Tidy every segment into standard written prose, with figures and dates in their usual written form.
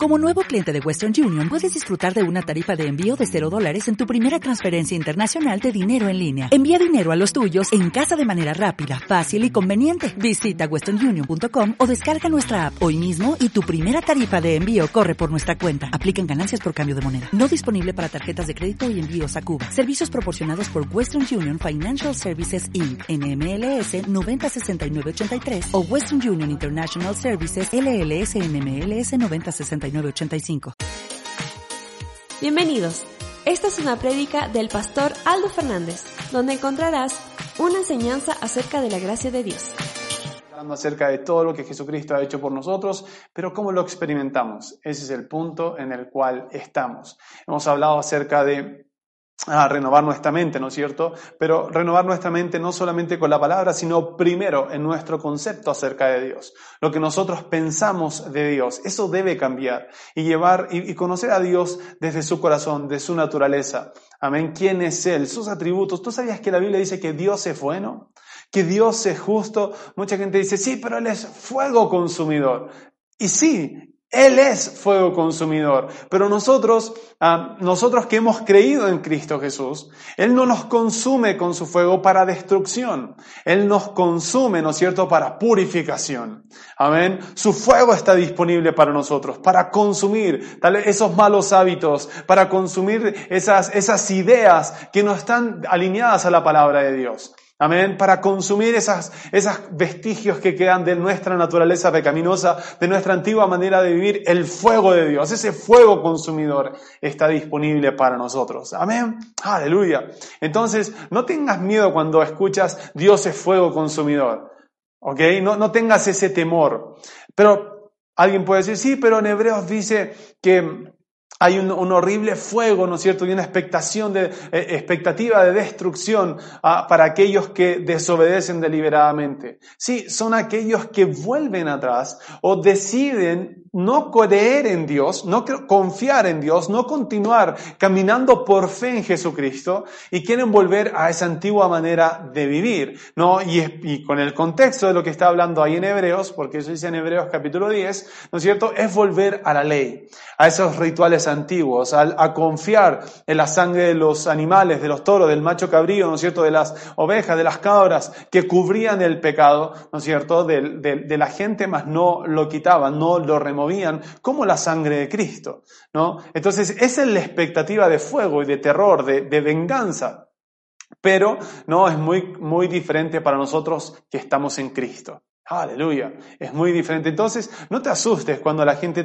Como nuevo cliente de Western Union, puedes disfrutar de una tarifa de envío de $0 en tu primera transferencia internacional de dinero en línea. Envía dinero a los tuyos en casa de manera rápida, fácil y conveniente. Visita westernunion.com o descarga nuestra app hoy mismo y tu primera tarifa de envío corre por nuestra cuenta. Aplican ganancias por cambio de moneda. No disponible para tarjetas de crédito y envíos a Cuba. Servicios proporcionados por Western Union Financial Services Inc. NMLS 906983 o Western Union International Services LLS NMLS 906985. Bienvenidos. Esta es una prédica del pastor Aldo Fernández, donde encontrarás una enseñanza acerca de la gracia de Dios. Hablando acerca de todo lo que Jesucristo ha hecho por nosotros, pero cómo lo experimentamos. Ese es el punto en el cual estamos. Hemos hablado acerca de renovar nuestra mente, ¿no es cierto? Pero renovar nuestra mente no solamente con la palabra, sino primero en nuestro concepto acerca de Dios. Lo que nosotros pensamos de Dios, eso debe cambiar y llevar y conocer a Dios desde su corazón, de su naturaleza. Amén. ¿Quién es Él? Sus atributos. ¿Tú sabías que la Biblia dice que Dios es bueno? ¿Que Dios es justo? Mucha gente dice, sí, pero Él es fuego consumidor. Y sí, Él es fuego consumidor, pero nosotros que hemos creído en Cristo Jesús, Él no nos consume con su fuego para destrucción. Él nos consume, ¿no es cierto?, para purificación. Amén. Su fuego está disponible para nosotros, para consumir tal vez esos malos hábitos, para consumir esas ideas que no están alineadas a la palabra de Dios. Amén, para consumir esas vestigios que quedan de nuestra naturaleza pecaminosa, de nuestra antigua manera de vivir, el fuego de Dios, ese fuego consumidor está disponible para nosotros. Amén, aleluya. Entonces, no tengas miedo cuando escuchas Dios es fuego consumidor, ¿ok? No tengas ese temor. Pero alguien puede decir, sí, pero en Hebreos dice que hay un horrible fuego, ¿no es cierto? Y una expectativa de destrucción para aquellos que desobedecen deliberadamente. Sí, son aquellos que vuelven atrás o deciden no creer en Dios, no confiar en Dios, no continuar caminando por fe en Jesucristo y quieren volver a esa antigua manera de vivir, ¿no? Y con el contexto de lo que está hablando ahí en Hebreos, porque eso dice en Hebreos capítulo 10, ¿no es cierto? Es volver a la ley, a esos rituales antiguos, a confiar en la sangre de los animales, de los toros, del macho cabrío, ¿no es cierto?, de las ovejas, de las cabras, que cubrían el pecado, ¿no es cierto?, de la gente, mas no lo quitaban, no lo removían, como la sangre de Cristo, ¿no? Entonces, esa es la expectativa de fuego y de terror, de venganza. Pero, no, es muy, muy diferente para nosotros que estamos en Cristo. Aleluya, es muy diferente. Entonces, no te asustes cuando la gente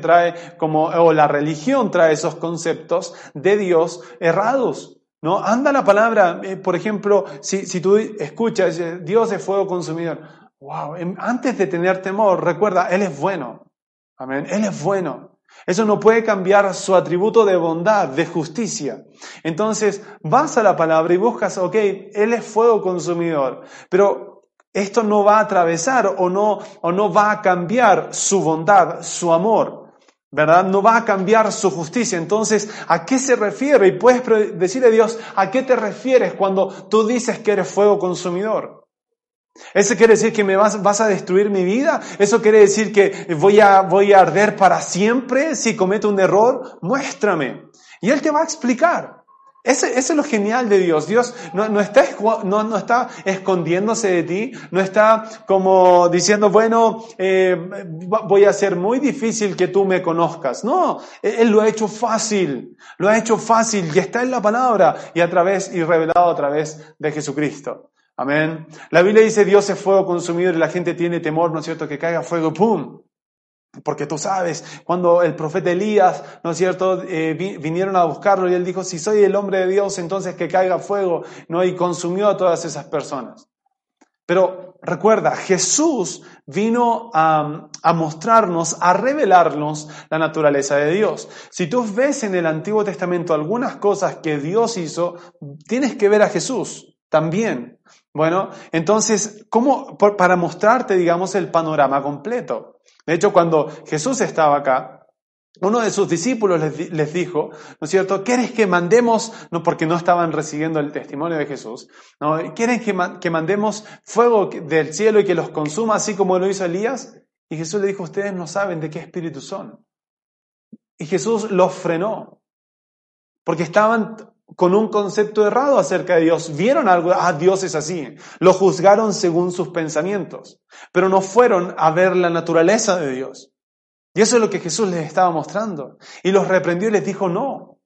o la religión trae esos conceptos de Dios errados, ¿no? Anda la palabra, por ejemplo, si tú escuchas, Dios es fuego consumidor, wow, antes de tener temor, recuerda, Él es bueno, amén, Él es bueno. Eso no puede cambiar su atributo de bondad, de justicia. Entonces, vas a la palabra y buscas, ok, Él es fuego consumidor, pero esto no va a atravesar o no va a cambiar su bondad, su amor, ¿verdad? No va a cambiar su justicia. Entonces, ¿a qué se refiere? Y puedes decirle a Dios, ¿a qué te refieres cuando tú dices que eres fuego consumidor? ¿Eso quiere decir que vas a destruir mi vida? ¿Eso quiere decir que voy a arder para siempre si cometo un error? Muéstrame. Y Él te va a explicar. Eso es lo genial de Dios. Dios no está escondiéndose de ti, no está como diciendo, bueno, voy a hacer muy difícil que tú me conozcas. No, Él lo ha hecho fácil y está en la palabra y revelado a través de Jesucristo. Amén. La Biblia dice Dios es fuego consumidor y la gente tiene temor, ¿no es cierto?, que caiga fuego, ¡pum! Porque tú sabes, cuando el profeta Elías, ¿no es cierto?, vinieron a buscarlo y él dijo, si soy el hombre de Dios, entonces que caiga fuego, ¿no? Y consumió a todas esas personas. Pero recuerda, Jesús vino a mostrarnos, a revelarnos la naturaleza de Dios. Si tú ves en el Antiguo Testamento algunas cosas que Dios hizo, tienes que ver a Jesús también. Bueno, entonces, para mostrarte, digamos, el panorama completo. De hecho, cuando Jesús estaba acá, uno de sus discípulos les dijo, ¿no es cierto?, ¿quieres que mandemos, no, porque no estaban recibiendo el testimonio de Jesús, ¿no? ¿Quieren que mandemos fuego del cielo y que los consuma así como lo hizo Elías? Y Jesús le dijo, ustedes no saben de qué espíritu son. Y Jesús los frenó, porque estaban con un concepto errado acerca de Dios. Vieron algo, Dios es así. Lo juzgaron según sus pensamientos, pero no fueron a ver la naturaleza de Dios. Y eso es lo que Jesús les estaba mostrando. Y los reprendió y les dijo, no.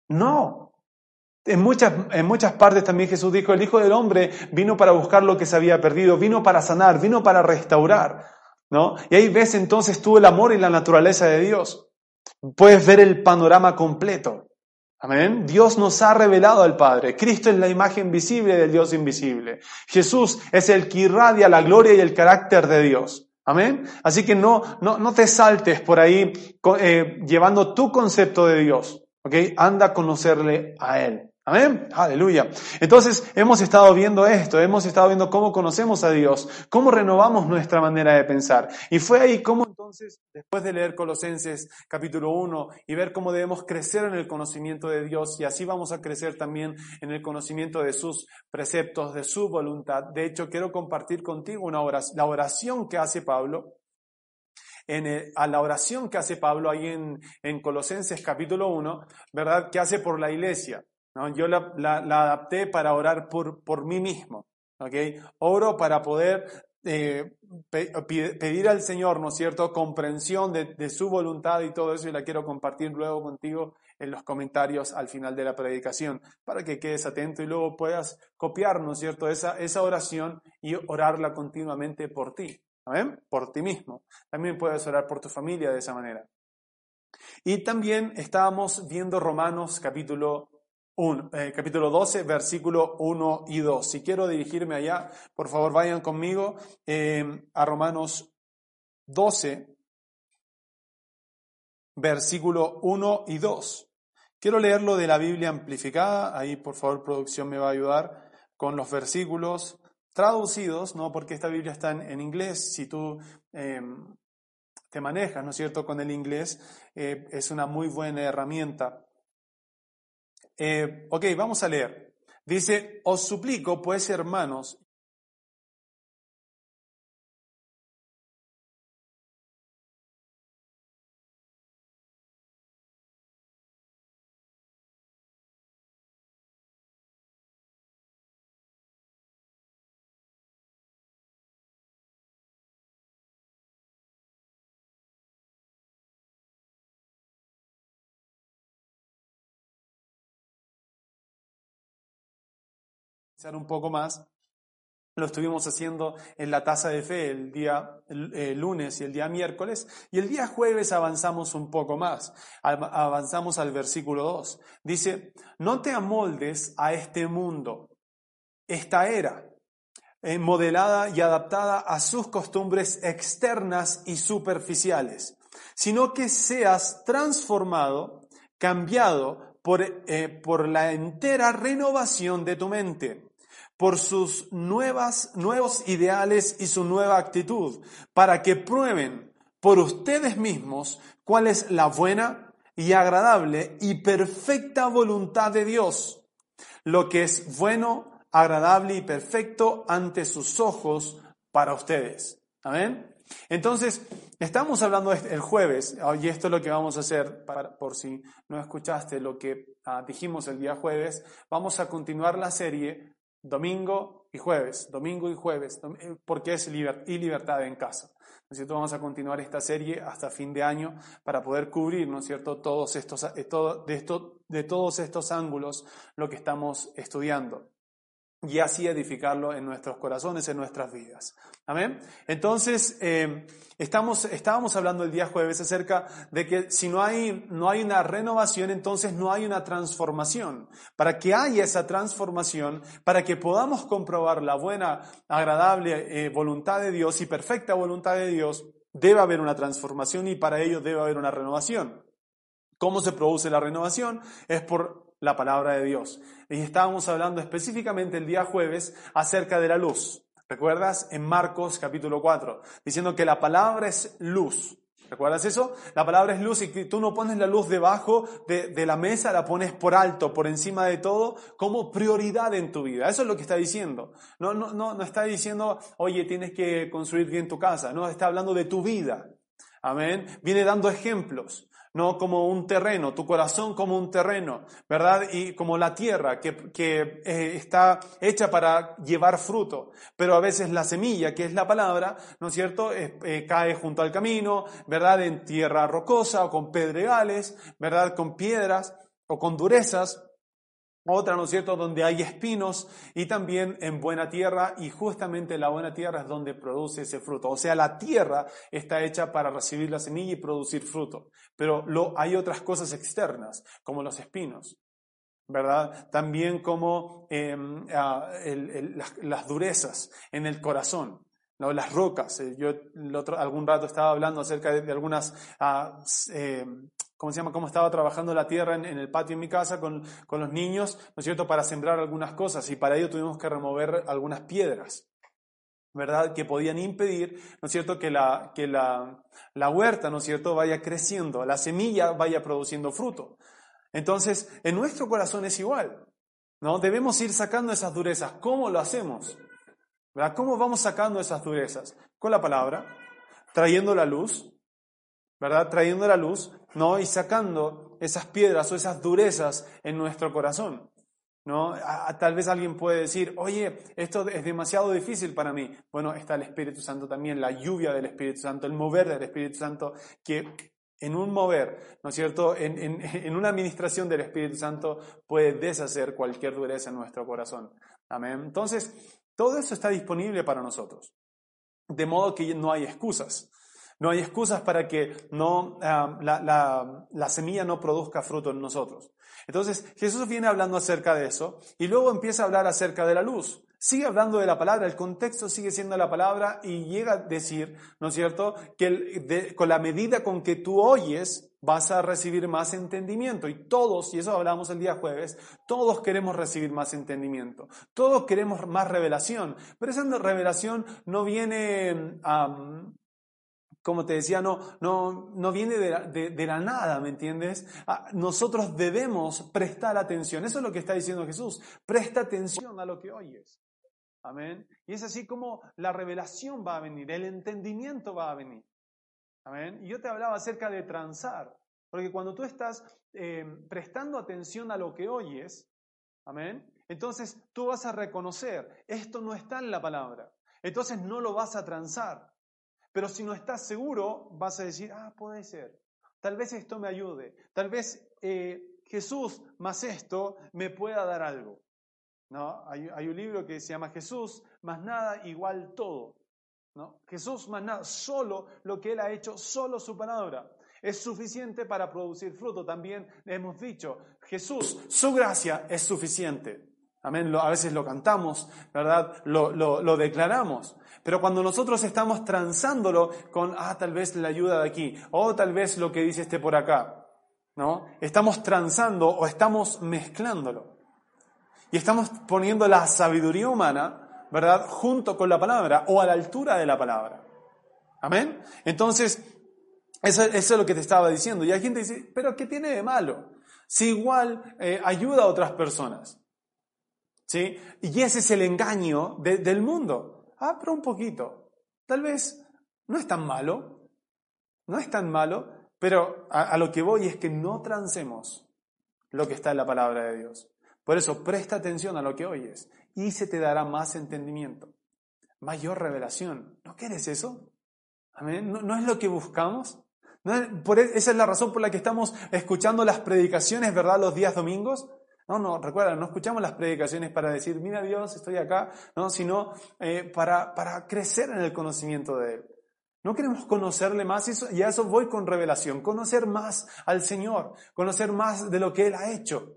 En muchas partes también Jesús dijo, el Hijo del Hombre vino para buscar lo que se había perdido, vino para sanar, vino para restaurar, ¿no? Y ahí ves entonces tú el amor y la naturaleza de Dios. Puedes ver el panorama completo. Amén. Dios nos ha revelado al Padre. Cristo es la imagen visible del Dios invisible. Jesús es el que irradia la gloria y el carácter de Dios. Amén. Así que no te saltes por ahí llevando tu concepto de Dios. ¿Ok? Anda a conocerle a Él. Amén. Aleluya. Entonces hemos estado viendo esto, hemos estado viendo cómo conocemos a Dios, cómo renovamos nuestra manera de pensar. Y fue ahí cómo entonces, después de leer Colosenses capítulo 1 y ver cómo debemos crecer en el conocimiento de Dios, y así vamos a crecer también en el conocimiento de sus preceptos, de su voluntad. De hecho, quiero compartir contigo la oración que hace Pablo. A la oración que hace Pablo ahí en Colosenses capítulo 1, ¿verdad? Que hace por la iglesia. ¿No? Yo la adapté para orar por mí mismo, ¿ok? Oro para poder pedir al Señor, ¿no es cierto?, comprensión de su voluntad y todo eso, y la quiero compartir luego contigo en los comentarios al final de la predicación, para que quedes atento y luego puedas copiar, ¿no es cierto?, esa oración y orarla continuamente por ti, ¿amén? Por ti mismo. También puedes orar por tu familia de esa manera. Y también estábamos viendo Romanos capítulo 12, versículo 1 y 2. Si quiero dirigirme allá, por favor vayan conmigo a Romanos 12, versículo 1 y 2. Quiero leerlo de la Biblia amplificada. Ahí, por favor, producción me va a ayudar con los versículos traducidos, ¿no? Porque esta Biblia está en inglés. Si tú te manejas, ¿no es cierto?, con el inglés, es una muy buena herramienta. Ok, vamos a leer. Dice, os suplico, pues, hermanos, un poco más. Lo estuvimos haciendo en la taza de fe el día lunes y el día miércoles, y el día jueves avanzamos un poco más, avanzamos al versículo 2. Dice, no te amoldes a este mundo, esta era, modelada y adaptada a sus costumbres externas y superficiales, sino que seas transformado, cambiado por la entera renovación de tu mente, por sus nuevos ideales y su nueva actitud, para que prueben por ustedes mismos cuál es la buena y agradable y perfecta voluntad de Dios, lo que es bueno, agradable y perfecto ante sus ojos para ustedes. ¿Amén? Entonces, estamos hablando el jueves, y esto es lo que vamos a hacer, por si no escuchaste lo que dijimos el día jueves, vamos a continuar la serie domingo y jueves, porque es libertad en casa. ¿No es cierto? Vamos a continuar esta serie hasta fin de año para poder cubrir, ¿no es cierto?, de todos estos ángulos lo que estamos estudiando, y así edificarlo en nuestros corazones, en nuestras vidas. Amén. Entonces, estábamos hablando el día jueves acerca de que si no hay una renovación, entonces no hay una transformación. Para que haya esa transformación, para que podamos comprobar la buena, agradable voluntad de Dios y perfecta voluntad de Dios, debe haber una transformación y para ello debe haber una renovación. ¿Cómo se produce la renovación? Es por la palabra de Dios. Y estábamos hablando específicamente el día jueves acerca de la luz. ¿Recuerdas? En Marcos capítulo 4, diciendo que la palabra es luz. ¿Recuerdas eso? La palabra es luz y que tú no pones la luz debajo de la mesa, la pones por alto, por encima de todo, como prioridad en tu vida. Eso es lo que está diciendo. No está diciendo, oye, tienes que construir bien tu casa. No, está hablando de tu vida. Amén. Viene dando ejemplos. ¿no? Como un terreno, tu corazón como un terreno, ¿verdad? Y como la tierra que está hecha para llevar fruto. Pero a veces la semilla, que es la palabra, ¿no es cierto?, cae junto al camino, ¿verdad? En tierra rocosa o con pedregales, ¿verdad? Con piedras o con durezas. Otra, ¿no es cierto?, donde hay espinos, y también en buena tierra, y justamente la buena tierra es donde produce ese fruto. O sea, la tierra está hecha para recibir la semilla y producir fruto. Pero hay otras cosas externas, como los espinos, ¿verdad? También como las durezas en el corazón, ¿no? Las rocas. Yo algún rato estaba hablando acerca de algunas... ¿cómo se llama? Cómo estaba trabajando la tierra en el patio en mi casa con los niños, ¿no es cierto?, para sembrar algunas cosas, y para ello tuvimos que remover algunas piedras, ¿verdad?, que podían impedir, ¿no es cierto?, que la huerta, ¿no es cierto?, vaya creciendo, la semilla vaya produciendo fruto. Entonces, en nuestro corazón es igual, ¿no? Debemos ir sacando esas durezas. ¿Cómo lo hacemos? ¿Verdad? ¿Cómo vamos sacando esas durezas? Con la palabra, trayendo la luz, ¿verdad? Trayendo la luz, ¿no? Y sacando esas piedras o esas durezas en nuestro corazón, ¿no? Tal vez alguien puede decir, oye, esto es demasiado difícil para mí. Bueno, está el Espíritu Santo también, la lluvia del Espíritu Santo, el mover del Espíritu Santo, que en un mover, ¿no es cierto?, en una administración del Espíritu Santo puede deshacer cualquier dureza en nuestro corazón. Amén. Entonces, todo eso está disponible para nosotros. De modo que no hay excusas. No hay excusas para que la semilla no produzca fruto en nosotros. Entonces, Jesús viene hablando acerca de eso y luego empieza a hablar acerca de la luz. Sigue hablando de la palabra, el contexto sigue siendo la palabra, y llega a decir, ¿no es cierto?, que con la medida con que tú oyes vas a recibir más entendimiento. Y todos, y eso hablamos el día jueves, todos queremos recibir más entendimiento. Todos queremos más revelación. Pero esa revelación no viene... como te decía, no viene de la nada, ¿me entiendes? Nosotros debemos prestar atención. Eso es lo que está diciendo Jesús. Presta atención a lo que oyes. Amén. Y es así como la revelación va a venir, el entendimiento va a venir. Amén. Y yo te hablaba acerca de transar, porque cuando tú estás prestando atención a lo que oyes, amén, entonces tú vas a reconocer, esto no está en la palabra. Entonces no lo vas a transar. Pero si no estás seguro, vas a decir, puede ser. Tal vez esto me ayude. Tal vez Jesús más esto me pueda dar algo. ¿No? Hay un libro que se llama Jesús más nada igual todo. ¿No? Jesús más nada, solo lo que Él ha hecho, solo su palabra es suficiente para producir fruto. También hemos dicho, Jesús, su gracia es suficiente. Amén. A veces lo cantamos, ¿verdad? Lo declaramos. Pero cuando nosotros estamos transándolo con, tal vez la ayuda de aquí, o tal vez lo que dice por acá, ¿no? Estamos transando o estamos mezclándolo. Y estamos poniendo la sabiduría humana, ¿verdad?, junto con la palabra o a la altura de la palabra. Amén. Entonces, eso es lo que te estaba diciendo. Y hay gente que dice, ¿pero qué tiene de malo? Si igual ayuda a otras personas. ¿Sí? Y ese es el engaño del mundo. Pero un poquito. Tal vez no es tan malo. No es tan malo, pero a lo que voy es que no transemos lo que está en la palabra de Dios. Por eso, presta atención a lo que oyes y se te dará más entendimiento, mayor revelación. ¿No quieres eso? ¿Amén? ¿No es lo que buscamos? Esa es la razón por la que estamos escuchando las predicaciones, ¿verdad?, los días domingos. Recuerda, no escuchamos las predicaciones para decir, mira Dios, estoy acá, sino para crecer en el conocimiento de Él. No queremos conocerle más, y a eso voy con revelación, conocer más al Señor, conocer más de lo que Él ha hecho.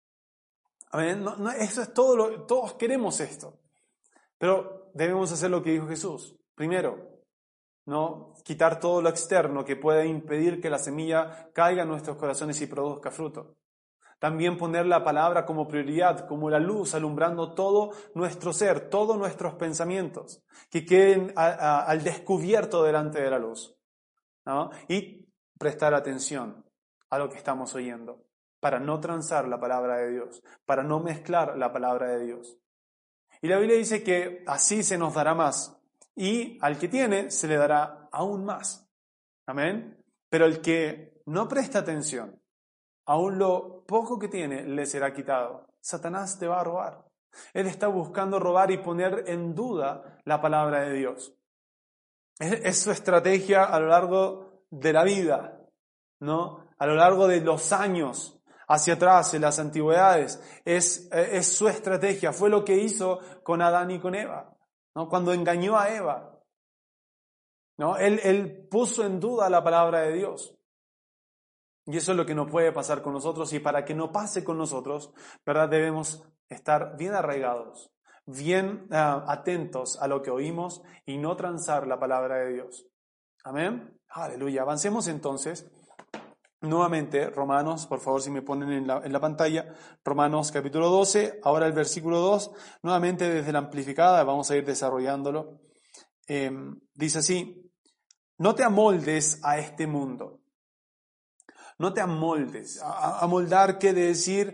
Amén. Eso es todo, todos queremos esto. Pero debemos hacer lo que dijo Jesús. Primero, no quitar todo lo externo que pueda impedir que la semilla caiga en nuestros corazones y produzca fruto. También poner la palabra como prioridad, como la luz alumbrando todo nuestro ser, todos nuestros pensamientos, que queden al descubierto delante de la luz, ¿no? Y prestar atención a lo que estamos oyendo, para no transar la palabra de Dios, para no mezclar la palabra de Dios. Y la Biblia dice que así se nos dará más, y al que tiene se le dará aún más. Amén. Pero el que no presta atención, aún lo poco que tiene le será quitado. Satanás te va a robar. Él está buscando robar y poner en duda la palabra de Dios. Es su estrategia a lo largo de la vida, ¿no? A lo largo de los años hacia atrás, en las antigüedades. Es su estrategia. Fue lo que hizo con Adán y con Eva, ¿no? Cuando engañó a Eva, ¿no? Él puso en duda la palabra de Dios. Y eso es lo que no puede pasar con nosotros. Y para que no pase con nosotros, ¿verdad? Debemos estar bien arraigados, bien atentos a lo que oímos y no transar la palabra de Dios. Amén. Aleluya. Avancemos entonces. Nuevamente, Romanos, por favor, si me ponen en la pantalla, Romanos capítulo 12, ahora el versículo 2, nuevamente desde la amplificada, vamos a ir desarrollándolo. Dice así: no te amoldes a este mundo. No te amoldes. Amoldar quiere decir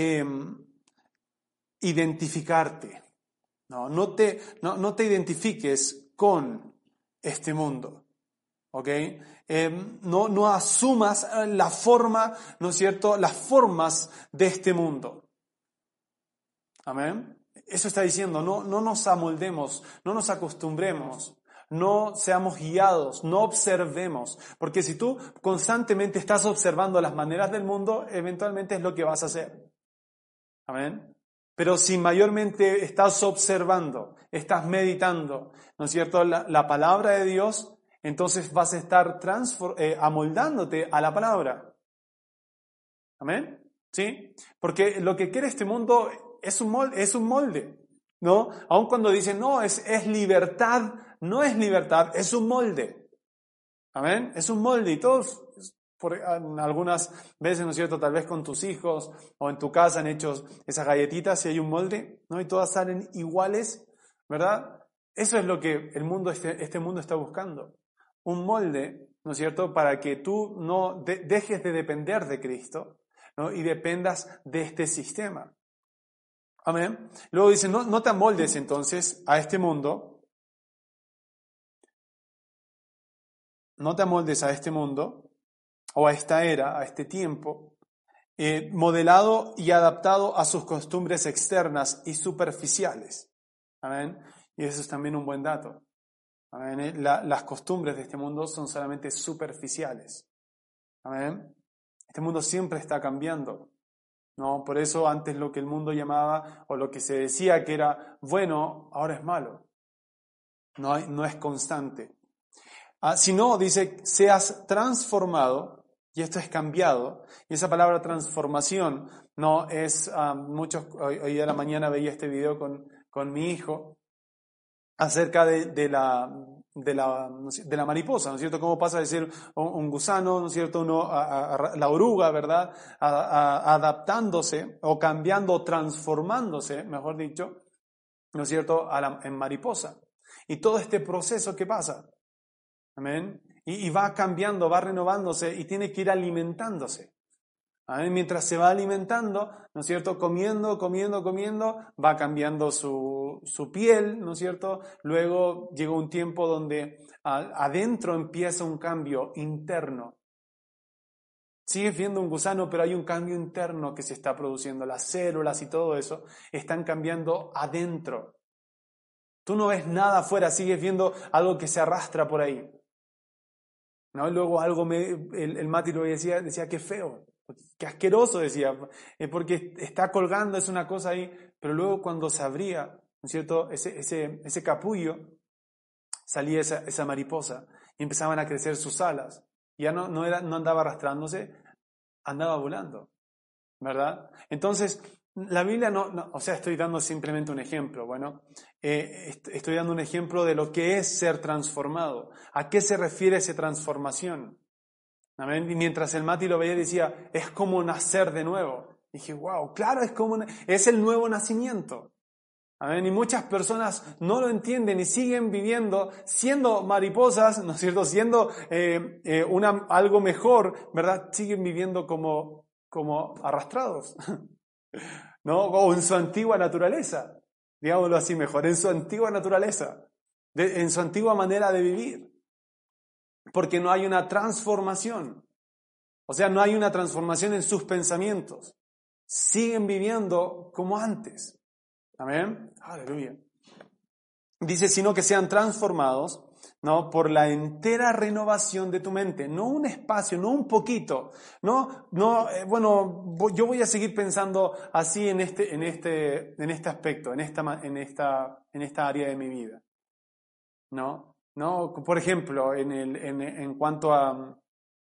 identificarte. No te identifiques con este mundo. ¿Ok? No asumas la forma, ¿no es cierto?, las formas de este mundo. Amén. Eso está diciendo, no nos amoldemos, no nos acostumbremos, no seamos guiados, no observemos. Porque si tú constantemente estás observando las maneras del mundo, eventualmente es lo que vas a hacer. Amén. Pero si mayormente estás observando, estás meditando, ¿no es cierto?, la palabra de Dios, entonces vas a estar amoldándote a la palabra. ¿Amén? ¿Sí? Porque lo que quiere este mundo es un molde, ¿no? Aun cuando dicen, no, es libertad, no es libertad, es un molde. ¿Amén? Es un molde y todos, algunas veces, ¿no es cierto?, tal vez con tus hijos o en tu casa han hecho esas galletitas y hay un molde, ¿no? Y todas salen iguales, ¿verdad? Eso es lo que este mundo está buscando. Un molde, ¿no es cierto?, para que tú no dejes de depender de Cristo, ¿no?, y dependas de este sistema. Amén. Luego dice, no te amoldes entonces a este mundo. No te amoldes a este mundo, o a esta era, a este tiempo, modelado y adaptado a sus costumbres externas y superficiales. Amén. Y eso es también un buen dato. Amén. Las costumbres de este mundo son solamente superficiales. Amén. Este mundo siempre está cambiando, ¿no? Por eso antes lo que el mundo llamaba o lo que se decía que era bueno, ahora es malo. No es constante. Si no, dice, seas transformado, y esto es cambiado, y esa palabra transformación no es, hoy a la mañana veía este video con mi hijo, acerca de la mariposa, ¿no es cierto? Cómo pasa de ser un gusano, ¿no es cierto? La oruga, ¿verdad? Adaptándose o cambiando, transformándose, mejor dicho, ¿no es cierto?, en mariposa. Y todo este proceso que pasa, amén, y va cambiando, va renovándose y tiene que ir alimentándose. Mientras se va alimentando, ¿no es cierto?, comiendo, va cambiando su piel, ¿no es cierto? Luego llega un tiempo donde adentro empieza un cambio interno. Sigues viendo un gusano, pero hay un cambio interno que se está produciendo. Las células y todo eso están cambiando adentro. Tú no ves nada afuera, sigues viendo algo que se arrastra por ahí, ¿no? Y luego el Mati lo decía, qué feo. Qué asqueroso, decía, porque está colgando, es una cosa ahí, pero luego cuando se abría, ¿no es cierto?, ese capullo, salía esa mariposa y empezaban a crecer sus alas. Ya no andaba arrastrándose, andaba volando, ¿verdad? Entonces, la Biblia estoy dando simplemente un ejemplo, estoy dando un ejemplo de lo que es ser transformado. ¿A qué se refiere esa transformación? Amén. Y mientras el Mati lo veía decía, es como nacer de nuevo. Y dije, wow, claro, es el nuevo nacimiento. Amén. Y muchas personas no lo entienden y siguen viviendo, siendo mariposas, ¿no es cierto?, siendo algo mejor, ¿verdad? Siguen viviendo como arrastrados, ¿no? O en su antigua naturaleza, digámoslo así mejor, en su antigua naturaleza, en su antigua manera de vivir. Porque no hay una transformación. O sea, no hay una transformación en sus pensamientos. Siguen viviendo como antes. Amén. Aleluya. Dice, sino que sean transformados, ¿no? Por la entera renovación de tu mente. No un espacio, no un poquito. Bueno, yo voy a seguir pensando así en este aspecto, en esta área de mi vida. ¿No? Por ejemplo, en cuanto a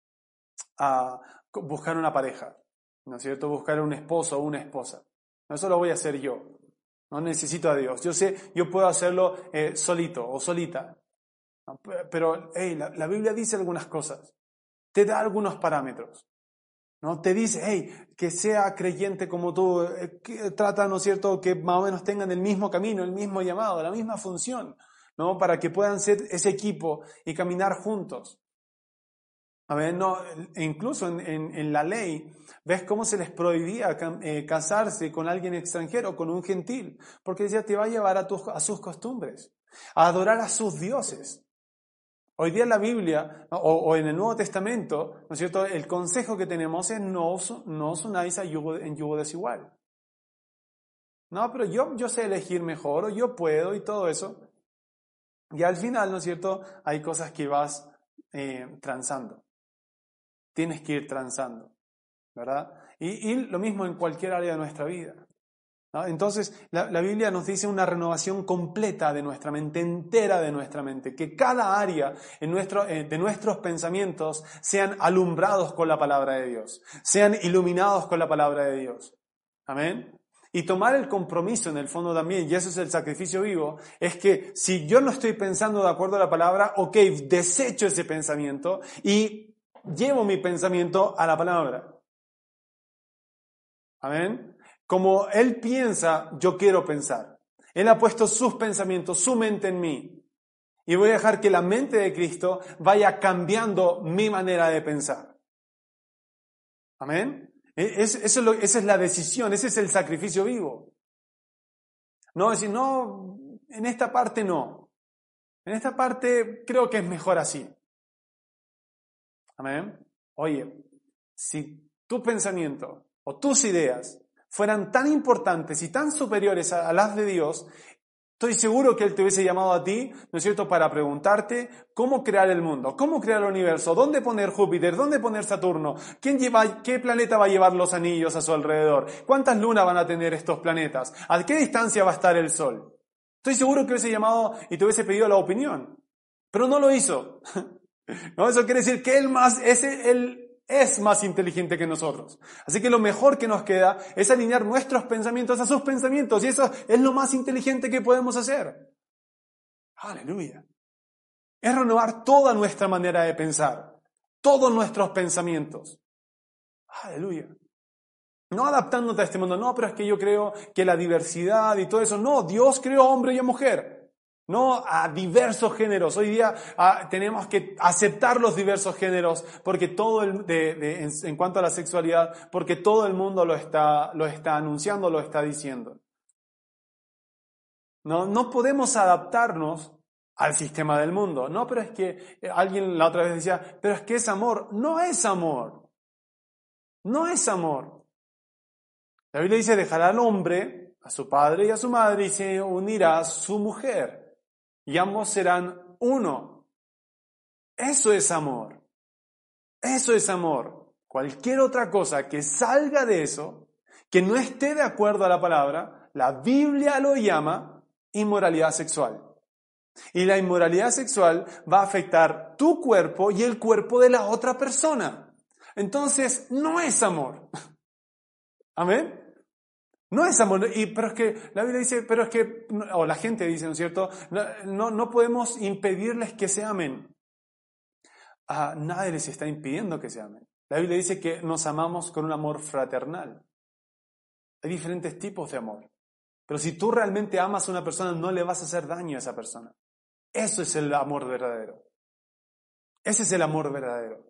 buscar una pareja, ¿no es cierto? Buscar un esposo o una esposa. No, eso lo voy a hacer yo. No necesito a Dios. Yo puedo hacerlo solito o solita. ¿No? Pero la Biblia dice algunas cosas. Te da algunos parámetros. ¿No? Te dice, que sea creyente como tú, que trata, ¿no es cierto?, que más o menos tengan el mismo camino, el mismo llamado, la misma función, ¿no? Para que puedan ser ese equipo y caminar juntos. A ver, no, incluso en la ley, ¿ves cómo se les prohibía casarse con alguien extranjero, con un gentil? Porque decía, te va a llevar a sus costumbres, a adorar a sus dioses. Hoy día en la Biblia, o en el Nuevo Testamento, ¿no es cierto?, el consejo que tenemos es no os unáis en yugo desigual. No, pero yo sé elegir mejor, o yo puedo, y todo eso. Y al final, ¿no es cierto?, hay cosas que vas transando. Tienes que ir transando, ¿verdad? Y lo mismo en cualquier área de nuestra vida, ¿no? Entonces, la Biblia nos dice una renovación completa de nuestra mente, entera de nuestra mente, que cada área de nuestros pensamientos sean alumbrados con la palabra de Dios, sean iluminados con la palabra de Dios. Amén. Y tomar el compromiso en el fondo también, y eso es el sacrificio vivo, es que si yo no estoy pensando de acuerdo a la palabra, desecho ese pensamiento y llevo mi pensamiento a la palabra. Amén. Como Él piensa, yo quiero pensar. Él ha puesto sus pensamientos, su mente en mí. Y voy a dejar que la mente de Cristo vaya cambiando mi manera de pensar. Amén. Esa es la decisión, ese es el sacrificio vivo. No decir, no, en esta parte no. En esta parte creo que es mejor así. Amén. Oye, si tu pensamiento o tus ideas fueran tan importantes y tan superiores a las de Dios, estoy seguro que Él te hubiese llamado a ti, ¿no es cierto?, para preguntarte cómo crear el mundo, cómo crear el universo, dónde poner Júpiter, dónde poner Saturno, qué planeta va a llevar los anillos a su alrededor, cuántas lunas van a tener estos planetas, a qué distancia va a estar el Sol. Estoy seguro que hubiese llamado y te hubiese pedido la opinión, pero no lo hizo. ¿No? Eso quiere decir que Él es más inteligente que nosotros. Así que lo mejor que nos queda es alinear nuestros pensamientos a sus pensamientos. Y eso es lo más inteligente que podemos hacer. Aleluya. Es renovar toda nuestra manera de pensar. Todos nuestros pensamientos. Aleluya. No adaptándote a este mundo. No, pero es que yo creo que la diversidad y todo eso. No, Dios creó hombre y mujer. No a diversos géneros. Hoy día tenemos que aceptar los diversos géneros porque en cuanto a la sexualidad, porque todo el mundo lo está anunciando, lo está diciendo. No podemos adaptarnos al sistema del mundo. No, pero es que alguien la otra vez decía, pero es que es amor. No es amor. No es amor. La Biblia dice, dejará al hombre a su padre y a su madre y se unirá a su mujer. Y ambos serán uno. Eso es amor. Eso es amor. Cualquier otra cosa que salga de eso, que no esté de acuerdo a la palabra, la Biblia lo llama inmoralidad sexual. Y la inmoralidad sexual va a afectar tu cuerpo y el cuerpo de la otra persona. Entonces, no es amor. ¿Amén? No es amor, pero es que la Biblia dice, o la gente dice, ¿no es cierto? No podemos impedirles que se amen. Nadie les está impidiendo que se amen. La Biblia dice que nos amamos con un amor fraternal. Hay diferentes tipos de amor. Pero si tú realmente amas a una persona, no le vas a hacer daño a esa persona. Eso es el amor verdadero. Ese es el amor verdadero.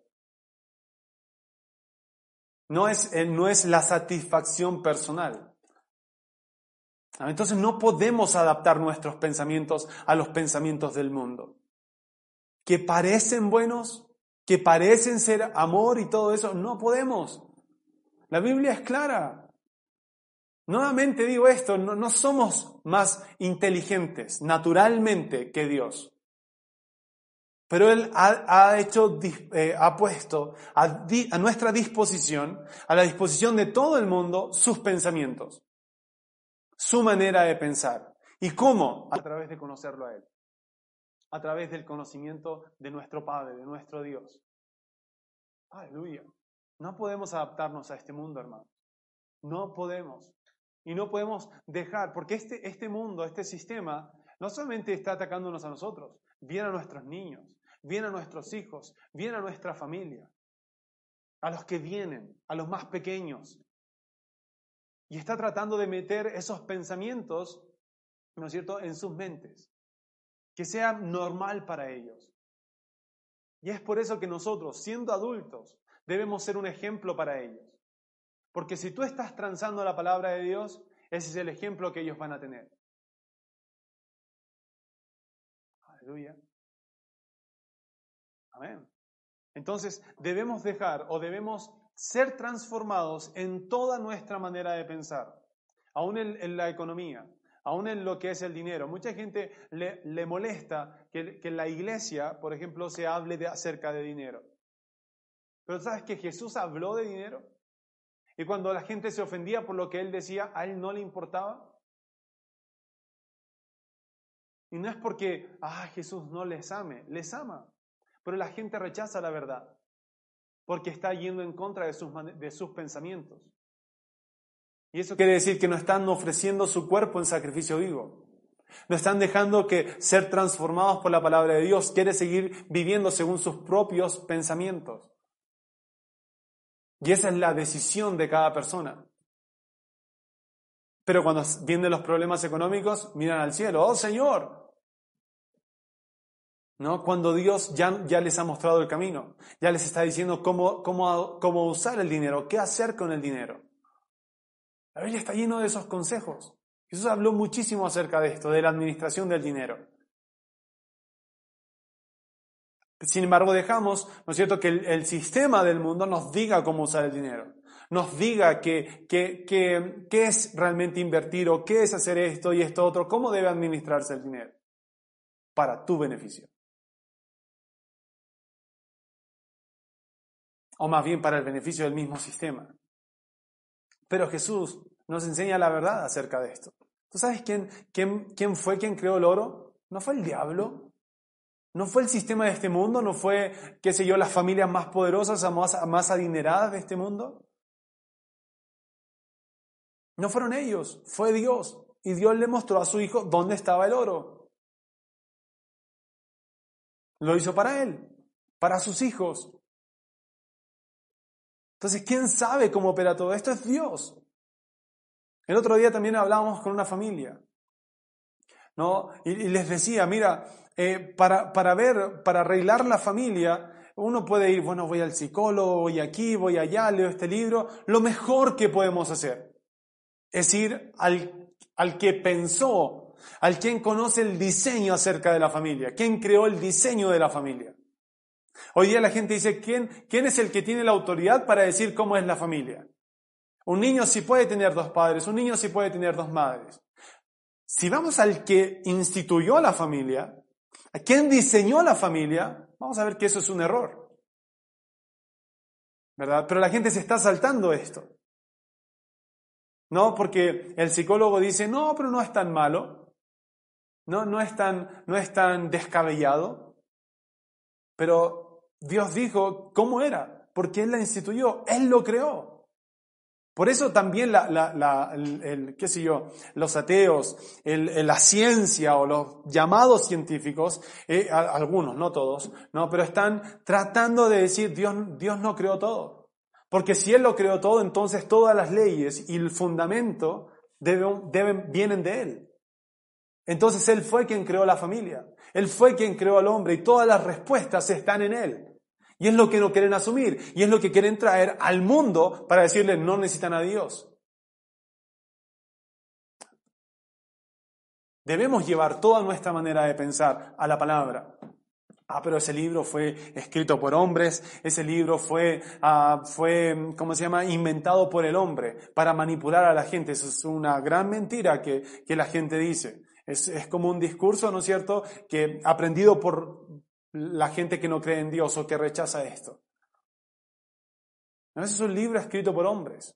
No es la satisfacción personal. Entonces no podemos adaptar nuestros pensamientos a los pensamientos del mundo. ¿Que parecen buenos? que parecen ser amor y todo eso. No podemos. La Biblia es clara. Nuevamente digo esto, no somos más inteligentes naturalmente que Dios. Pero Él ha puesto a nuestra disposición, a la disposición de todo el mundo, sus pensamientos, su manera de pensar. ¿Y cómo? A través de conocerlo a Él. A través del conocimiento de nuestro Padre, de nuestro Dios. Aleluya. No podemos adaptarnos a este mundo, hermanos. No podemos. Y no podemos dejar, porque este mundo, este sistema, no solamente está atacándonos a nosotros, viene a nuestros niños, viene a nuestros hijos, viene a nuestra familia, a los que vienen, a los más pequeños. Y está tratando de meter esos pensamientos, ¿no es cierto?, en sus mentes, que sea normal para ellos. Y es por eso que nosotros, siendo adultos, debemos ser un ejemplo para ellos. Porque si tú estás transando la palabra de Dios, ese es el ejemplo que ellos van a tener. Aleluya. Amén. Entonces, debemos dejar o debemos ser transformados en toda nuestra manera de pensar, aún en la economía, aún en lo que es el dinero. Mucha gente le molesta que en la iglesia, por ejemplo, se hable acerca de dinero. Pero ¿sabes que Jesús habló de dinero? Y cuando la gente se ofendía por lo que Él decía, a Él no le importaba. Y no es porque, Jesús no les ame, les ama. Pero la gente rechaza la verdad, porque está yendo en contra de sus pensamientos. Y eso quiere decir que no están ofreciendo su cuerpo en sacrificio vivo. No están dejando que ser transformados por la palabra de Dios. Quiere seguir viviendo según sus propios pensamientos. Y esa es la decisión de cada persona. Pero cuando vienen los problemas económicos, miran al cielo. ¡Oh, Señor! ¿No? Cuando Dios ya les ha mostrado el camino. Ya les está diciendo cómo usar el dinero, qué hacer con el dinero. La Biblia está lleno de esos consejos. Jesús habló muchísimo acerca de esto, de la administración del dinero. Sin embargo, dejamos, ¿no es cierto?, que el sistema del mundo nos diga cómo usar el dinero. Nos diga qué es realmente invertir o qué es hacer esto y esto otro, cómo debe administrarse el dinero para tu beneficio. O más bien para el beneficio del mismo sistema. Pero Jesús nos enseña la verdad acerca de esto. ¿Tú sabes quién fue quien creó el oro? ¿No fue el diablo? ¿No fue el sistema de este mundo? ¿No fue, las familias más poderosas, más adineradas de este mundo? No fueron ellos, fue Dios. Y Dios le mostró a su hijo dónde estaba el oro. Lo hizo para él, para sus hijos. Entonces, ¿quién sabe cómo opera todo esto? Es Dios. El otro día también hablábamos con una familia, ¿no? Y les decía, mira, para arreglar la familia, uno puede ir, voy al psicólogo, voy aquí, voy allá, leo este libro. Lo mejor que podemos hacer es ir al que pensó, al quien conoce el diseño acerca de la familia, quien creó el diseño de la familia. Hoy día la gente dice, ¿quién es el que tiene la autoridad para decir cómo es la familia? Un niño sí puede tener 2 padres, un niño sí puede tener 2 madres. Si vamos al que instituyó la familia, a quien diseñó la familia, vamos a ver que eso es un error. ¿Verdad? Pero la gente se está saltando esto. No, porque el psicólogo dice, no, pero no es tan malo. No es tan descabellado. Pero Dios dijo cómo era, porque Él la instituyó, Él lo creó. Por eso también los ateos, la ciencia o los llamados científicos, algunos, no todos, no, pero están tratando de decir Dios no creó todo. Porque si Él lo creó todo, entonces todas las leyes y el fundamento vienen de Él. Entonces Él fue quien creó la familia. Él fue quien creó al hombre y todas las respuestas están en Él. Y es lo que no quieren asumir. Y es lo que quieren traer al mundo para decirle no necesitan a Dios. Debemos llevar toda nuestra manera de pensar a la palabra, Pero ese libro fue escrito por hombres, ese libro fue inventado por el hombre para manipular a la gente. Eso es una gran mentira que la gente dice. Es como un discurso, ¿no es cierto?, que aprendido por la gente que no cree en Dios o que rechaza esto. No, ese es un libro escrito por hombres.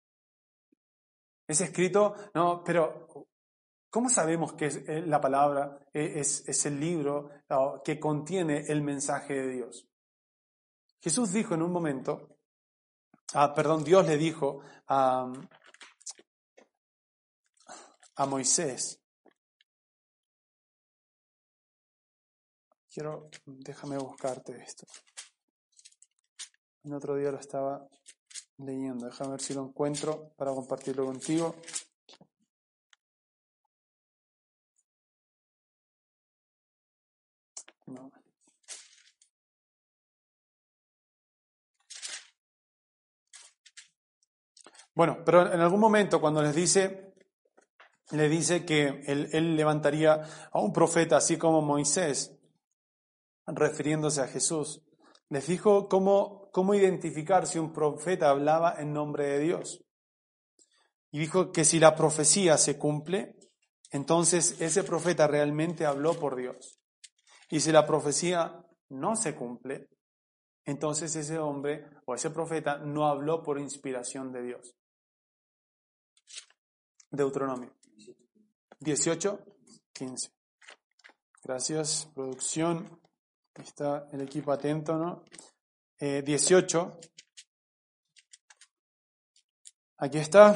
Es escrito, no, pero ¿cómo sabemos que la palabra es el libro que contiene el mensaje de Dios? Jesús dijo en un momento, Dios le dijo a Moisés, déjame buscarte esto. El otro día lo estaba leyendo, déjame ver si lo encuentro para compartirlo contigo. No. Bueno, pero en algún momento cuando le dice que él levantaría a un profeta así como Moisés, refiriéndose a Jesús, les dijo cómo identificar si un profeta hablaba en nombre de Dios. Y dijo que si la profecía se cumple, entonces ese profeta realmente habló por Dios. Y si la profecía no se cumple, entonces ese hombre o ese profeta no habló por inspiración de Dios. Deuteronomio 18:15. Gracias, producción. Está el equipo atento, ¿no? 18. Aquí está.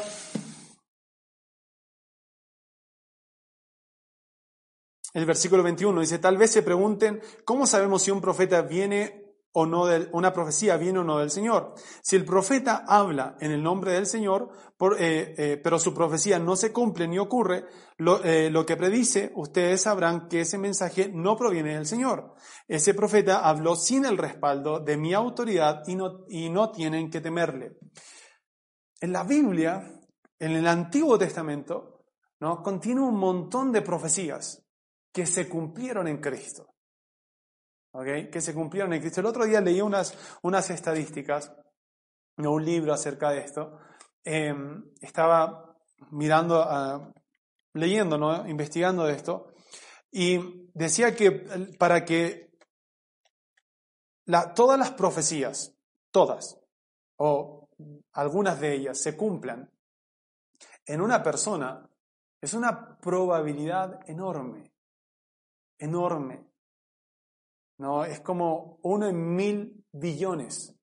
El versículo 21 dice, tal vez se pregunten, ¿cómo sabemos si un profeta viene o no una profecía viene o no del Señor? Si el profeta habla en el nombre del Señor, pero su profecía no se cumple ni ocurre, lo que predice, ustedes sabrán que ese mensaje no proviene del Señor. Ese profeta habló sin el respaldo de mi autoridad y no tienen que temerle. En la Biblia, en el Antiguo Testamento, ¿no?, contiene un montón de profecías que se cumplieron en Cristo. ¿Okay? Que se cumplieron en Cristo. El otro día leí unas estadísticas, un libro acerca de esto. Estaba leyendo, ¿no?, investigando de esto, y decía que para que todas las profecías, todas, o algunas de ellas, se cumplan en una persona, es una probabilidad enorme. No, es como 1 en 1000 billones.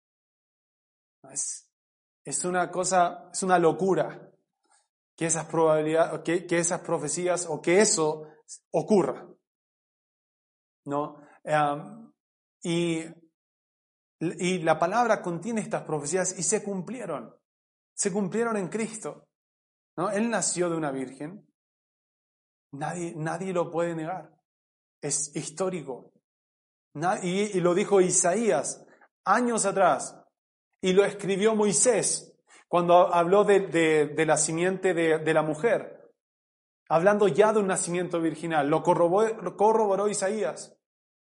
Es una cosa, es una locura que esas probabilidades, que esas profecías o que eso ocurra, ¿no? Y la palabra contiene estas profecías y se cumplieron en Cristo, ¿no? Él nació de una virgen, nadie lo puede negar, es histórico. Y lo dijo Isaías años atrás, y lo escribió Moisés cuando habló de la simiente de la mujer, hablando ya de un nacimiento virginal. Lo corroboró Isaías.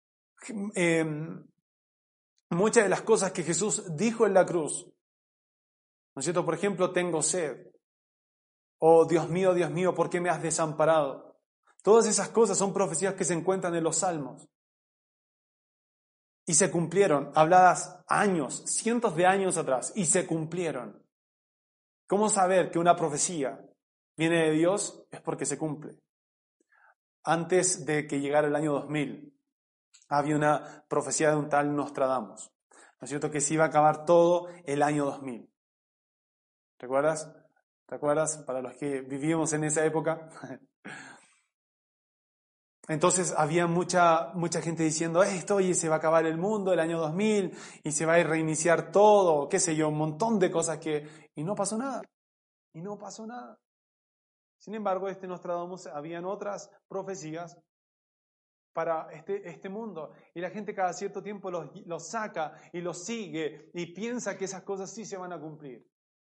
Muchas de las cosas que Jesús dijo en la cruz, ¿no es cierto? Por ejemplo, tengo sed. Oh, Dios mío, ¿por qué me has desamparado? Todas esas cosas son profecías que se encuentran en los Salmos. Y se cumplieron, habladas años, cientos de años atrás, y se cumplieron. ¿Cómo saber que una profecía viene de Dios? Es porque se cumple. Antes de que llegara el año 2000, había una profecía de un tal Nostradamus, ¿no es cierto?, que se iba a acabar todo el año 2000. ¿Recuerdas? ¿Te acuerdas? Para los que vivíamos en esa época. Entonces había mucha gente diciendo oye, se va a acabar el mundo el año 2000 y se va a reiniciar todo, qué sé yo, un montón de cosas y no pasó nada. Sin embargo, Nostradamus, habían otras profecías para este mundo. Y la gente cada cierto tiempo los saca y los sigue y piensa que esas cosas sí se van a cumplir.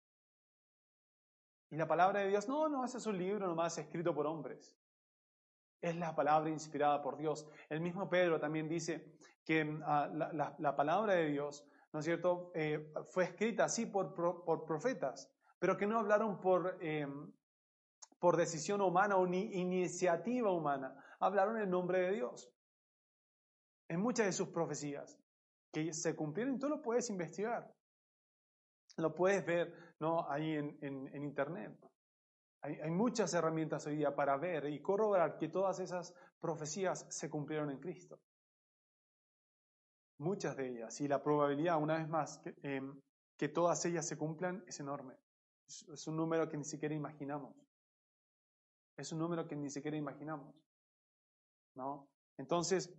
Y la palabra de Dios, no, ese es un libro nomás escrito por hombres. Es la palabra inspirada por Dios. El mismo Pedro también dice que la palabra de Dios, ¿no es cierto?, fue escrita así por profetas, pero que no hablaron por decisión humana o ni iniciativa humana. Hablaron en nombre de Dios. En muchas de sus profecías que se cumplieron, tú lo puedes investigar. Lo puedes ver, ¿no?, ahí en internet. Hay muchas herramientas hoy día para ver y corroborar que todas esas profecías se cumplieron en Cristo. Muchas de ellas. Y la probabilidad, una vez más, que todas ellas se cumplan es enorme. Es un número que ni siquiera imaginamos. Es un número que ni siquiera imaginamos, ¿no? Entonces,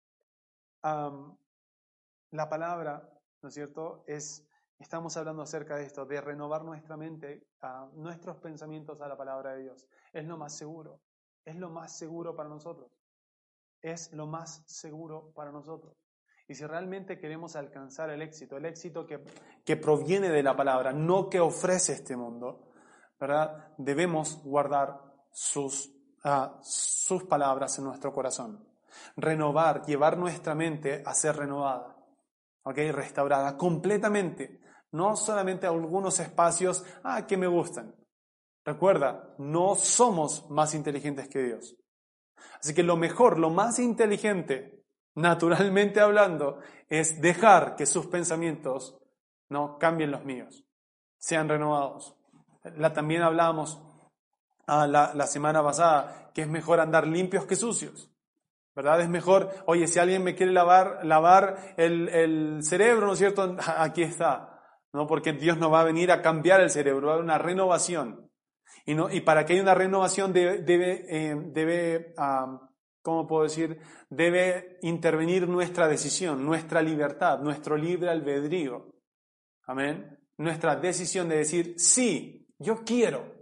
la palabra, ¿no es cierto?, estamos hablando acerca de esto, de renovar nuestra mente, nuestros pensamientos a la palabra de Dios. Es lo más seguro. Es lo más seguro para nosotros. Es lo más seguro para nosotros. Y si realmente queremos alcanzar el éxito que proviene de la palabra, no que ofrece este mundo, ¿verdad?, debemos guardar sus palabras en nuestro corazón. Renovar, llevar nuestra mente a ser renovada, restaurada completamente. No solamente algunos espacios que me gustan. Recuerda, no somos más inteligentes que Dios. Así que lo mejor, lo más inteligente, naturalmente hablando, es dejar que sus pensamientos no cambien los míos, sean renovados. También hablábamos la semana pasada que es mejor andar limpios que sucios. ¿Verdad? Es mejor, oye, si alguien me quiere lavar el cerebro, ¿no es cierto? Aquí está, ¿no? Porque Dios no va a venir a cambiar el cerebro, va a haber una renovación. Y para que haya una renovación debe ¿cómo puedo decir? Debe intervenir nuestra decisión, nuestra libertad, nuestro libre albedrío. Amén. Nuestra decisión de decir, sí, yo quiero.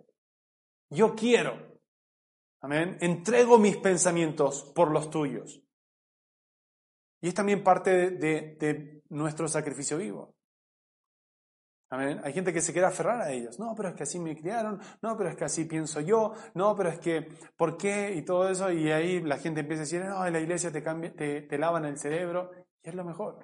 Amén. Entrego mis pensamientos por los tuyos. Y es también parte de nuestro sacrificio vivo. Amén. Hay gente que se quiere aferrar a ellos. No, pero es que así me criaron. No, pero es que así pienso yo. No, pero es que, ¿por qué? Y todo eso. Y ahí la gente empieza a decir, no, en la iglesia te lavan el cerebro. Y es lo mejor.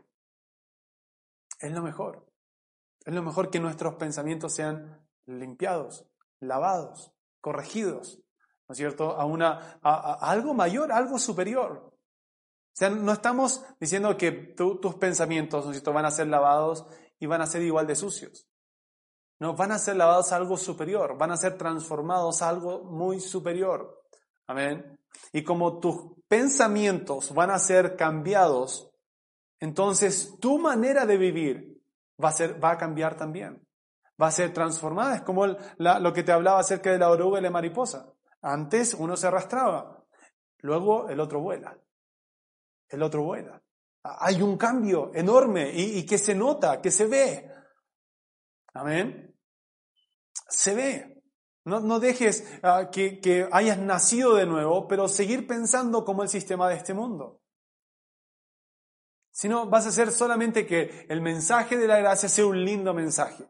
Es lo mejor. Es lo mejor que nuestros pensamientos sean limpiados, lavados, corregidos. ¿No es cierto? A algo mayor, algo superior. O sea, no estamos diciendo que tus pensamientos, ¿no es cierto?, van a ser lavados y van a ser igual de sucios. No, van a ser lavados a algo superior, van a ser transformados a algo muy superior. Amén. Y como tus pensamientos van a ser cambiados, entonces tu manera de vivir va a cambiar también. Va a ser transformada. Es como lo que te hablaba acerca de la oruga y la mariposa. Antes uno se arrastraba, luego el otro vuela. El otro vuela. Hay un cambio enorme y que se nota, que se ve. Amén. Se ve. No dejes que hayas nacido de nuevo, pero seguir pensando como el sistema de este mundo. Si no, vas a hacer solamente que el mensaje de la gracia sea un lindo mensaje.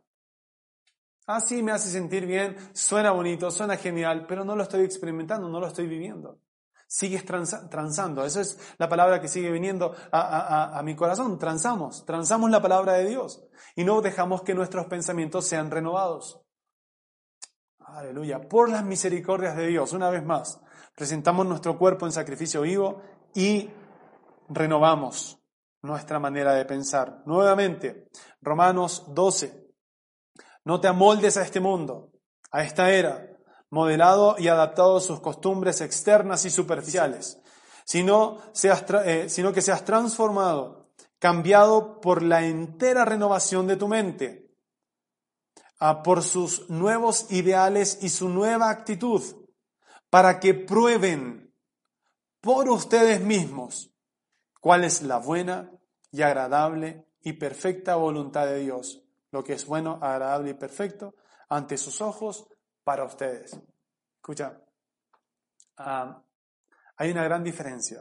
Sí, me hace sentir bien, suena bonito, suena genial, pero no lo estoy experimentando, no lo estoy viviendo. Sigues transando. Esa es la palabra que sigue viniendo a mi corazón. Transamos la palabra de Dios y no dejamos que nuestros pensamientos sean renovados. Aleluya. Por las misericordias de Dios, una vez más, presentamos nuestro cuerpo en sacrificio vivo y renovamos nuestra manera de pensar. Nuevamente, Romanos 12. No te amoldes a este mundo, a esta era, modelado y adaptado a sus costumbres externas y superficiales, sino que seas transformado, cambiado por la entera renovación de tu mente, por sus nuevos ideales y su nueva actitud, para que prueben por ustedes mismos cuál es la buena y agradable y perfecta voluntad de Dios, lo que es bueno, agradable y perfecto ante sus ojos para ustedes. Escucha, hay una gran diferencia.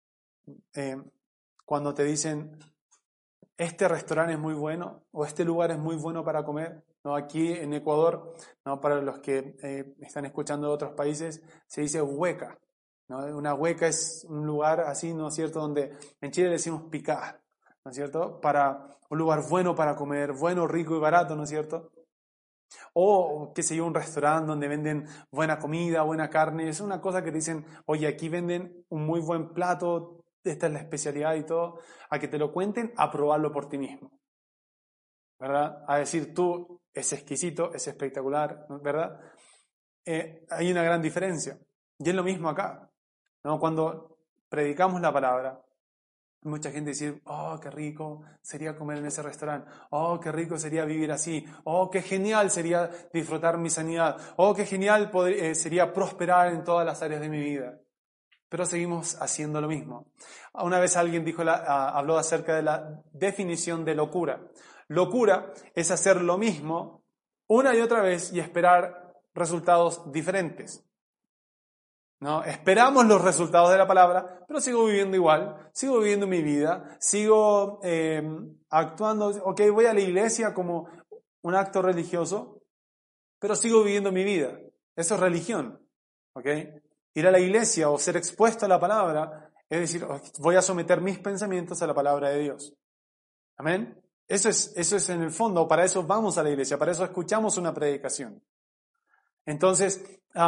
Cuando te dicen, este restaurante es muy bueno o este lugar es muy bueno para comer, ¿no? Aquí en Ecuador, ¿no? Para los que están escuchando de otros países, se dice hueca. ¿no? Una hueca es un lugar así, ¿no es cierto?, donde en Chile le decimos picar, ¿no es cierto?, para un lugar bueno para comer, bueno, rico y barato, ¿no es cierto? O, qué sé yo, un restaurante donde venden buena comida, buena carne. Es una cosa que te dicen, oye, aquí venden un muy buen plato, esta es la especialidad y todo. A que te lo cuenten, a probarlo por ti mismo, ¿verdad? A decir tú, es exquisito, es espectacular, ¿verdad? Hay una gran diferencia. Y es lo mismo acá, ¿no? Cuando predicamos la palabra, mucha gente dice, oh, qué rico sería comer en ese restaurante, oh, qué rico sería vivir así, oh, qué genial sería disfrutar mi sanidad, oh, qué genial sería prosperar en todas las áreas de mi vida. Pero seguimos haciendo lo mismo. Una vez alguien habló acerca de la definición de locura. Locura es hacer lo mismo una y otra vez y esperar resultados diferentes. ¿No? Esperamos los resultados de la palabra, pero sigo viviendo igual, sigo viviendo mi vida, sigo actuando, ok, voy a la iglesia como un acto religioso, pero sigo viviendo mi vida. Eso es religión, ¿ok? Ir a la iglesia o ser expuesto a la palabra, es decir, voy a someter mis pensamientos a la palabra de Dios. ¿Amén? Eso es en el fondo, para eso vamos a la iglesia, para eso escuchamos una predicación. Entonces,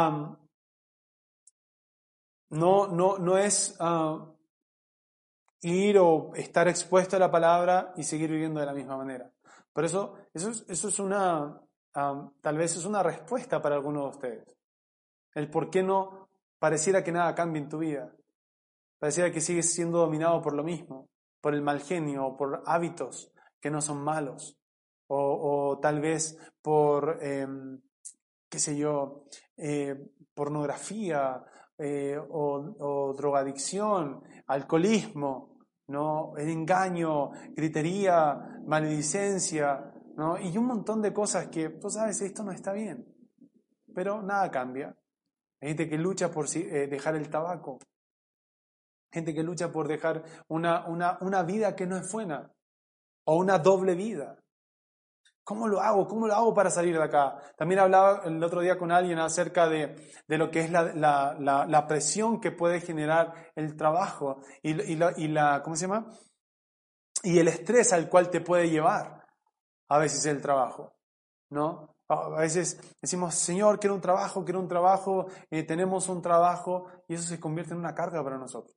no es ir o estar expuesto a la palabra y seguir viviendo de la misma manera. Por eso es una, tal vez es una respuesta para algunos de ustedes. El por qué no pareciera que nada cambie en tu vida. Pareciera que sigues siendo dominado por lo mismo, por el mal genio o por hábitos que no son malos. O tal vez por, qué sé yo, pornografía, o drogadicción, alcoholismo, ¿no? El engaño, gritería, maledicencia, ¿no? Y un montón de cosas que, tú sabes, esto no está bien, pero nada cambia. Hay gente que lucha por dejar el tabaco, gente que lucha por dejar una vida que no es buena, o una doble vida. ¿Cómo lo hago? ¿Cómo lo hago para salir de acá? También hablaba el otro día con alguien acerca de lo que es la presión que puede generar el trabajo y ¿cómo se llama? Y el estrés al cual te puede llevar a veces el trabajo, ¿no? A veces decimos, Señor, quiero un trabajo, tenemos un trabajo, y eso se convierte en una carga para nosotros.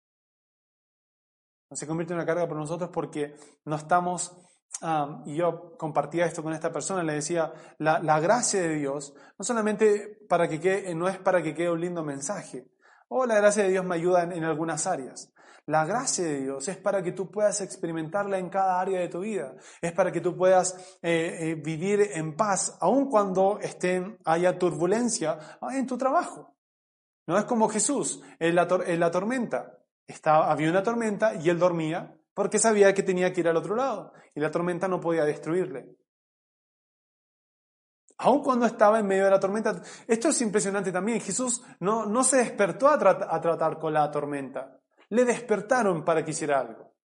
Se convierte en una carga para nosotros porque no estamos... y yo compartía esto con esta persona, le decía, la gracia de Dios no solamente no es para que quede un lindo mensaje, la gracia de Dios me ayuda en algunas áreas. La gracia de Dios es para que tú puedas experimentarla en cada área de tu vida, es para que tú puedas vivir en paz, aun cuando haya turbulencia en tu trabajo. No es como Jesús en la tormenta. Había una tormenta y él dormía, porque sabía que tenía que ir al otro lado y la tormenta no podía destruirle. Aun cuando estaba en medio de la tormenta, esto es impresionante también, Jesús no se despertó a tratar con la tormenta, le despertaron para que hiciera algo.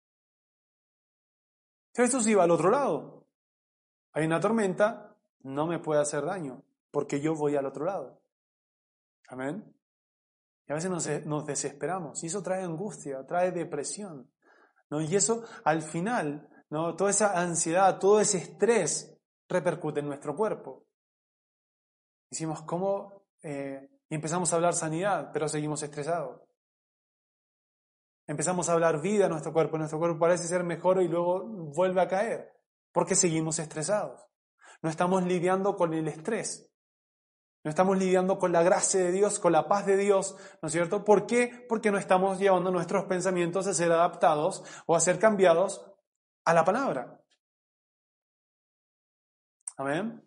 Jesús iba al otro lado. Hay una tormenta, no me puede hacer daño, porque yo voy al otro lado. Amén. Y a veces nos desesperamos y eso trae angustia, trae depresión, ¿no? Y eso al final, ¿no? Toda esa ansiedad, todo ese estrés repercute en nuestro cuerpo. Decimos, ¿cómo? Y empezamos a hablar sanidad, pero seguimos estresados. Empezamos a hablar vida a nuestro cuerpo parece ser mejor y luego vuelve a caer, porque seguimos estresados. No estamos lidiando con el estrés. No estamos lidiando con la gracia de Dios, con la paz de Dios, ¿no es cierto? ¿Por qué? Porque no estamos llevando nuestros pensamientos a ser adaptados o a ser cambiados a la palabra. Amén.